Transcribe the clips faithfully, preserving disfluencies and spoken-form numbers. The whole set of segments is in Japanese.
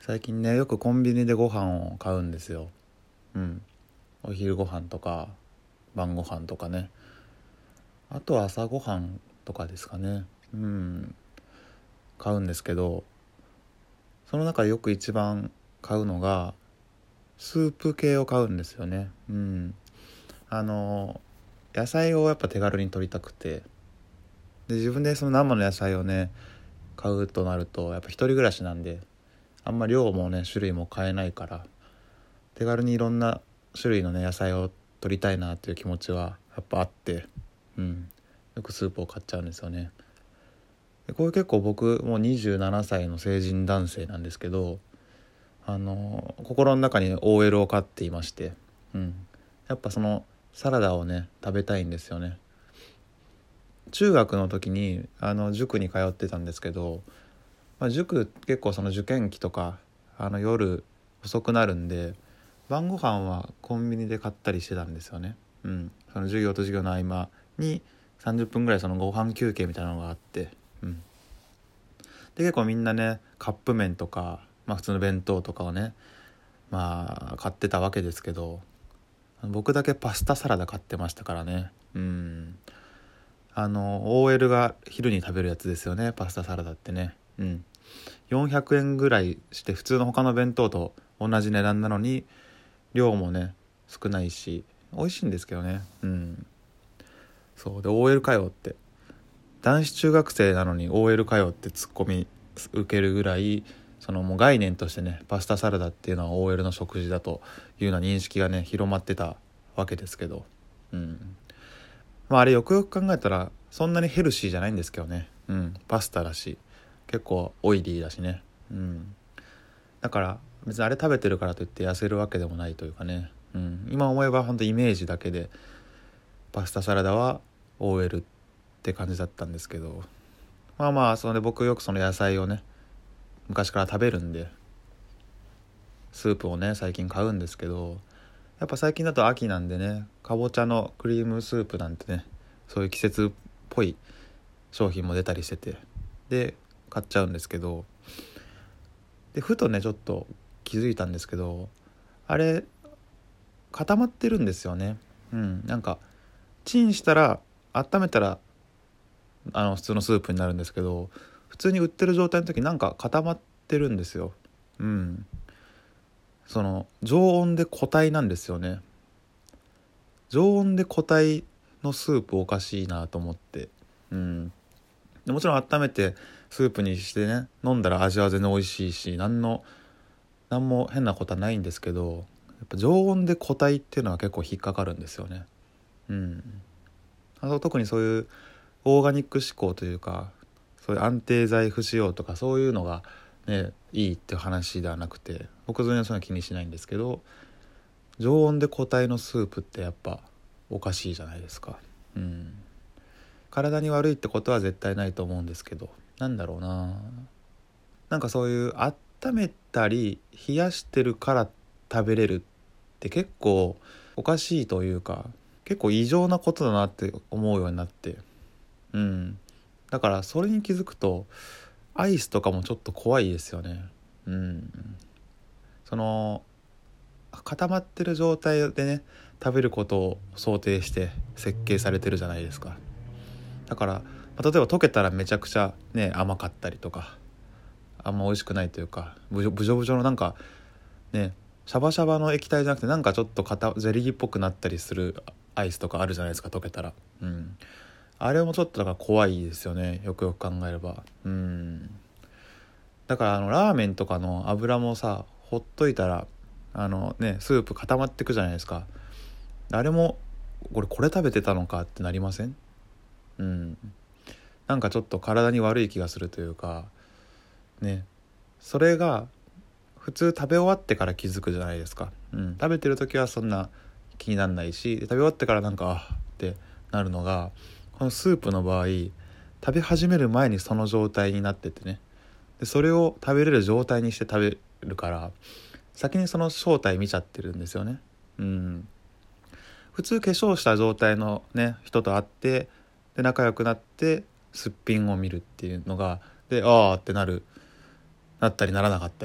最近ねよくコンビニでご飯を買うんですよ。うんお昼ご飯とか晩ご飯とかね、あとは朝ご飯とかですかね。うん買うんですけど、その中でよく一番買うのがスープ系を買うんですよね。うんあの野菜をやっぱ手軽に取りたくて、で自分でその生の野菜をね買うとなるとやっぱ一人暮らしなんで、あんま量もね種類も買えないから、手軽にいろんな種類のね野菜を取りたいなっていう気持ちはやっぱあって、うん、よくスープを買っちゃうんですよね。でこれ結構僕もうにじゅうななさいの成人男性なんですけど、あの心の中に オーエル を飼っていまして、うん、やっぱそのサラダをね食べたいんですよね。中学の時にあの塾に通ってたんですけど、まあ、塾結構その受験期とかあの夜遅くなるんで、晩ご飯はコンビニで買ったりしてたんですよね。うん、その授業と授業の合間にさんじゅっぷんぐらいそのご飯休憩みたいなのがあって、うん、で結構みんなねカップ麺とか、まあ、普通の弁当とかをねまあ買ってたわけですけど、僕だけパスタサラダ買ってましたからね。うんあの オーエル が昼に食べるやつですよね、パスタサラダってね。うんよんひゃくえんぐらいして普通の他の弁当と同じ値段なのに量もね少ないし美味しいんですけどね。うんそうで オーエル かよって、男子中学生なのに オーエル かよってツッコミ受けるぐらい、そのもう概念としてねパスタサラダっていうのは オーエル の食事だというような認識がね広まってたわけですけど、うんまああれよくよく考えたらそんなにヘルシーじゃないんですけどね。うんパスタだし結構オイリーだしね。うんだから別にあれ食べてるからといって痩せるわけでもないというかね、うん、今思えば本当イメージだけでパスタサラダは オーエル って感じだったんですけど、まあまあそれで僕よくその野菜をね昔から食べるんでスープをね最近買うんですけど、やっぱ最近だと秋なんでねかぼちゃのクリームスープなんてね、そういう季節っぽい商品も出たりしてて、で買っちゃうんですけど、でふとねちょっと気づいたんですけど、あれ固まってるんですよね。うんなんかチンしたら温めたらあの普通のスープになるんですけど、普通に売ってる状態の時なんか固まってるんですよ。うんその常温で固体なんですよね。常温で固体のスープおかしいなと思って、うんでもちろん温めてスープにしてね飲んだら味は全然美味しいし、何の何も変なことはないんですけど、やっぱ常温で固体っていうのは結構引っかかるんですよね。うんあの特にそういうオーガニック志向というか、そういう安定剤不使用とかそういうのがねいいっていう話ではなくて、僕全然そういうの気にしないんですけど、常温で固体のスープってやっぱおかしいじゃないですか。うん体に悪いってことは絶対ないと思うんですけど、なんだろうな、なんかそういう温めたり冷やしてるから食べれるって結構おかしいというか、結構異常なことだなって思うようになって、うんだからそれに気づくとアイスとかもちょっと怖いですよね。うんその固まってる状態でね食べることを想定して設計されてるじゃないですか。だから、まあ、例えば溶けたらめちゃくちゃね甘かったりとか、あんま美味しくないというか、ブジョブジョブジョのなんかねシャバシャバの液体じゃなくてなんかちょっと固ゼリーっぽくなったりするアイスとかあるじゃないですか、溶けたら。うんあれもちょっとだから怖いですよね、よくよく考えれば。うんだからあのラーメンとかの油もさほっといたらあのねスープ固まってくじゃないですか。あれもこれこれ食べてたのかってなりません？うんなんかちょっと体に悪い気がするというかね、それが普通食べ終わってから気づくじゃないですか。うん、食べてる時はそんな気にならないし、食べ終わってからなんかあってなるのが、このスープの場合食べ始める前にその状態になっててね、でそれを食べれる状態にして食べるから先にその正体見ちゃってるんですよね。うん普通化粧した状態のね人と会ってで仲良くなってすっぴんを見るっていうのがであーってなるなったりならなかったり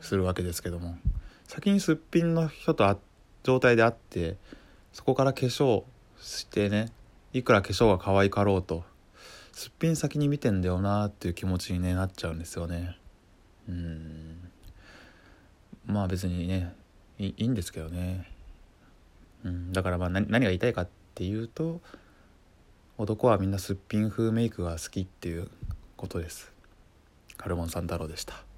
するわけですけども、先にすっぴんの人とあ状態で会って、そこから化粧してね、いくら化粧が可愛かろうとすっぴん先に見てんだよなっていう気持ちに、ね、なっちゃうんですよね。うーんまあ別にね い, いいんですけどね。うん、だからまあ 何, 何が言いたいかっていうと、男はみんなすっぴん風メイクが好きっていうことです。カルボンさん太郎でした。